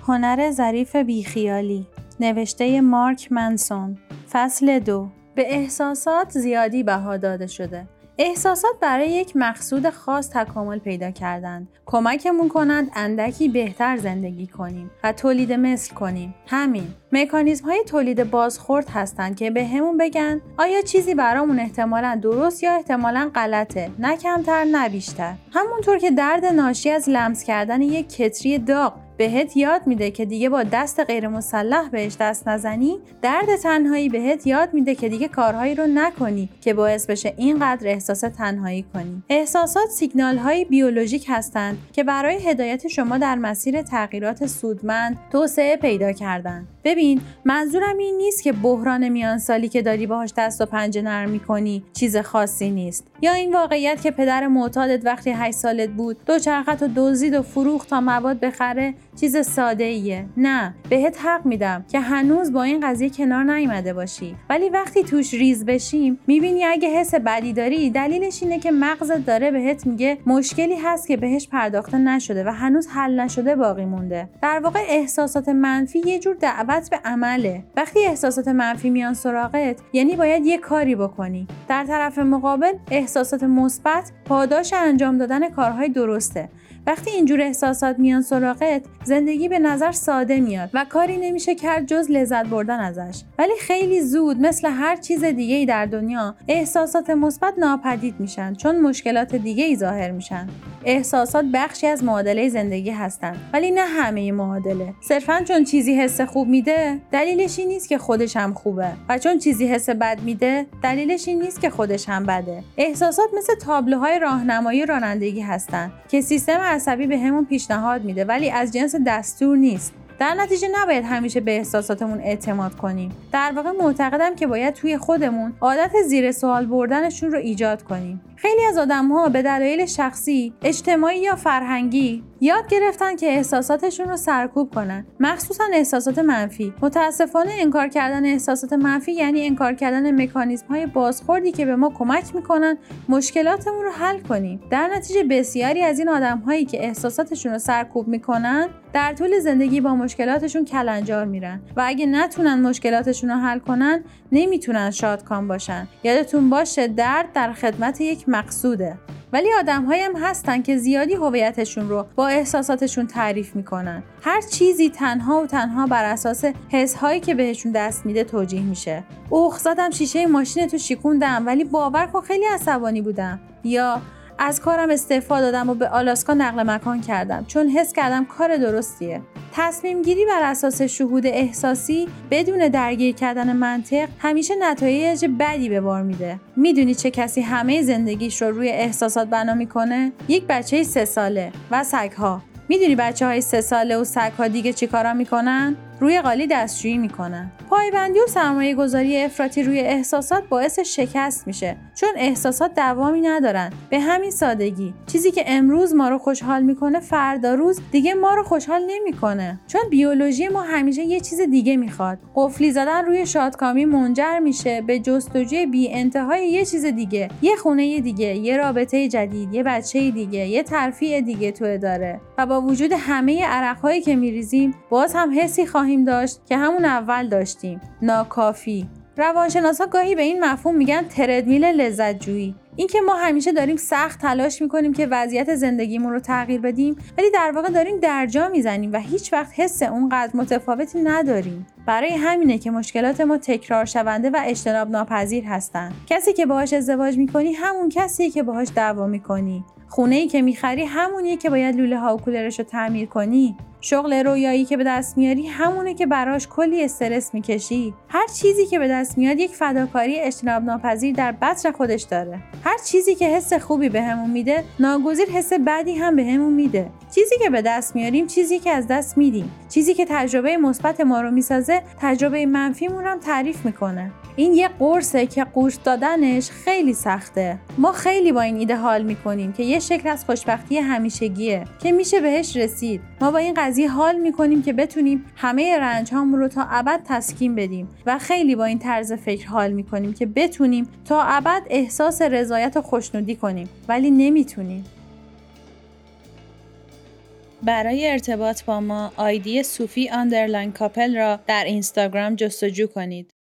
هنر ظریف بیخیالی، نوشته مارک منسون. فصل 2. به احساسات زیادی بها داده شده. احساسات برای یک مقصود خاص تکامل پیدا کردند. کمکمون کنند اندکی بهتر زندگی کنیم و تولید مثل کنیم. همین. مکانیزم‌های تولید بازخورد هستند که به همون بگن آیا چیزی برامون احتمالاً درست یا احتمالاً غلطه، نه کمتر نه بیشتر. همونطور که درد ناشی از لمس کردن یک کتری داغ بهت یاد میده که دیگه با دست غیر مسلح بهش دست نزنی، درد تنهایی بهت یاد میده که دیگه کارهایی رو نکنی که باعث بشه اینقدر احساس تنهایی کنی. احساسات سیگنال‌های بیولوژیک هستند که برای هدایت شما در مسیر تغییرات سودمند توسعه پیدا کردن. ببین، منظورم این نیست که بحران میان سالی که داری باهاش دست و پنجه نرم می‌کنی چیز خاصی نیست، یا این واقعیت که پدر معتادت وقتی 8 سالت بود دوچرخه‌تو دزدید و فروخت تا مواد بخره چیز ساده‌ایه. نه، بهت حق میدم که هنوز با این قضیه کنار نیامده باشی، ولی وقتی توش ریز بشیم میبینی اگه حس بدی داری دلیلش اینه که مغزت داره بهت میگه مشکلی هست که بهش پرداخته نشده و هنوز حل نشده باقی مونده. در واقع احساسات منفی یه جور دعوت به عمله. وقتی احساسات منفی میان سراغت یعنی باید یه کاری بکنی. در طرف مقابل احساسات مثبت پاداش انجام دادن کارهای درسته. وقتی اینجور احساسات میان سراغت زندگی به نظر ساده میاد و کاری نمیشه کرد جز لذت بردن ازش، ولی خیلی زود مثل هر چیز دیگه‌ای در دنیا احساسات مثبت ناپدید میشن چون مشکلات دیگه‌ای ظاهر میشن. احساسات بخشی از معادله زندگی هستن، ولی نه همه معادله. صرفاً چون چیزی حس خوب میده دلیلش این نیست که خودش هم خوبه، و چون چیزی حس بد میده دلیلش این نیست که خودش هم بده. احساسات مثل تابلوهای راهنمایی رانندگی هستن که سیستم عصبی به همون پیشنهاد میده، ولی از جنس دستور نیست. در نتیجه نباید همیشه به احساساتمون اعتماد کنیم. در واقع معتقدم که باید توی خودمون عادت زیر سوال بردنشون رو ایجاد کنیم. خیلی از آدم‌ها به دلایل شخصی، اجتماعی یا فرهنگی یاد گرفتن که احساساتشون رو سرکوب کنن، مخصوصا احساسات منفی. متاسفانه انکار کردن احساسات منفی یعنی انکار کردن مکانیزم‌های بازخوردی که به ما کمک می‌کنن مشکلاتمون رو حل کنیم. در نتیجه بسیاری از این آدم‌هایی که احساساتشون رو سرکوب می‌کنن در طول زندگی با مشکلاتشون کلنجار میرن و اگه نتونن مشکلاتشون رو حل کنن نمیتونن شادکام باشن. یادتون باشه درد در خدمت یک مقصوده. ولی آدم‌هایی هم هستن که زیادی هویتشون رو با احساساتشون تعریف میکنن. هر چیزی تنها و تنها بر اساس حس‌هایی که بهشون دست میده توجیه میشه. اوه زدم شیشه ماشین تو شکوندم ولی باور کن خیلی عصبانی بودم. یا از کارم استعفا دادم و به آلاسکا نقل مکان کردم چون حس کردم کار درستیه. تصمیم گیری بر اساس شهود احساسی بدون درگیر کردن منطق همیشه نتایج بدی به بار میده. میدونی چه کسی همه زندگیش رو روی احساسات بنا میکنه؟ یک بچه 3 ساله و سگ‌ها. میدونی بچه‌های 3 ساله و سگ‌ها دیگه چیکارا میکنن؟ روی قالی دستشویی میکنن. پایبندی و سرمایه گذاری افراطی روی احساسات باعث شکست میشه چون احساسات دوامی ندارن. به همین سادگی چیزی که امروز ما رو خوشحال میکنه فردا روز دیگه ما رو خوشحال نمیکنه، چون بیولوژی ما همیشه یه چیز دیگه میخواد. قفلی زدن روی شادکامی منجر میشه به جستجوی بی انتهای یه چیز دیگه، یه خونه دیگه، یه رابطه جدید، یه بچه دیگه، یه ترفیع دیگه تو اداره. و با وجود همه عرق‌هایی که میریزیم باز هم حسی خواهیم داشت که همون اول داشتیم، ناکافی. روانشناسا گاهی به این مفهوم میگن تردمیل لذت جویی. این که ما همیشه داریم سخت تلاش میکنیم که وضعیت زندگیمون رو تغییر بدیم، ولی در واقع داریم درجا میزنیم و هیچ وقت حس اونقدر متفاوتی نداریم. برای همینه که مشکلات ما تکرار شونده و اجتناب ناپذیر هستن. کسی که باهاش ازدواج میکنی همون کسیه که باهاش دعوا میکنی. خونه‌ای که میخری همونیه که باید لوله ها و کولرش رو تعمیر کنی. شغل رویایی که به دست میاری همونه که براش کلی استرس میکشی. هر چیزی که به دست میاد یک فداکاری اجتناب ناپذیر در بطن خودش داره. هر چیزی که حس خوبی بهمون میده ناگزیر حس بدی هم بهمون میده. چیزی که به دست میاریم چیزی که از دست میدیم. چیزی که تجربه مثبت ما رو میسازه تجربه منفیمون رو هم تعریف میکنه. این یه قرصه که قورت دادنش خیلی سخته. ما خیلی با این ایده حال میکنیم که یه شکل از خوشبختی همیشگیه که میشه بهش رسید. ما با این قضیه حال میکنیم که بتونیم همه رنج‌هامون رو تا ابد تسکین بدیم و خیلی با این طرز فکر حال میکنیم که بتونیم تا ابد احساس رضایت و خوشنودی کنیم، ولی نمیتونیم. برای ارتباط با ما آیدی صوفی _ کاپل را در اینستاگرام جستجو کنید.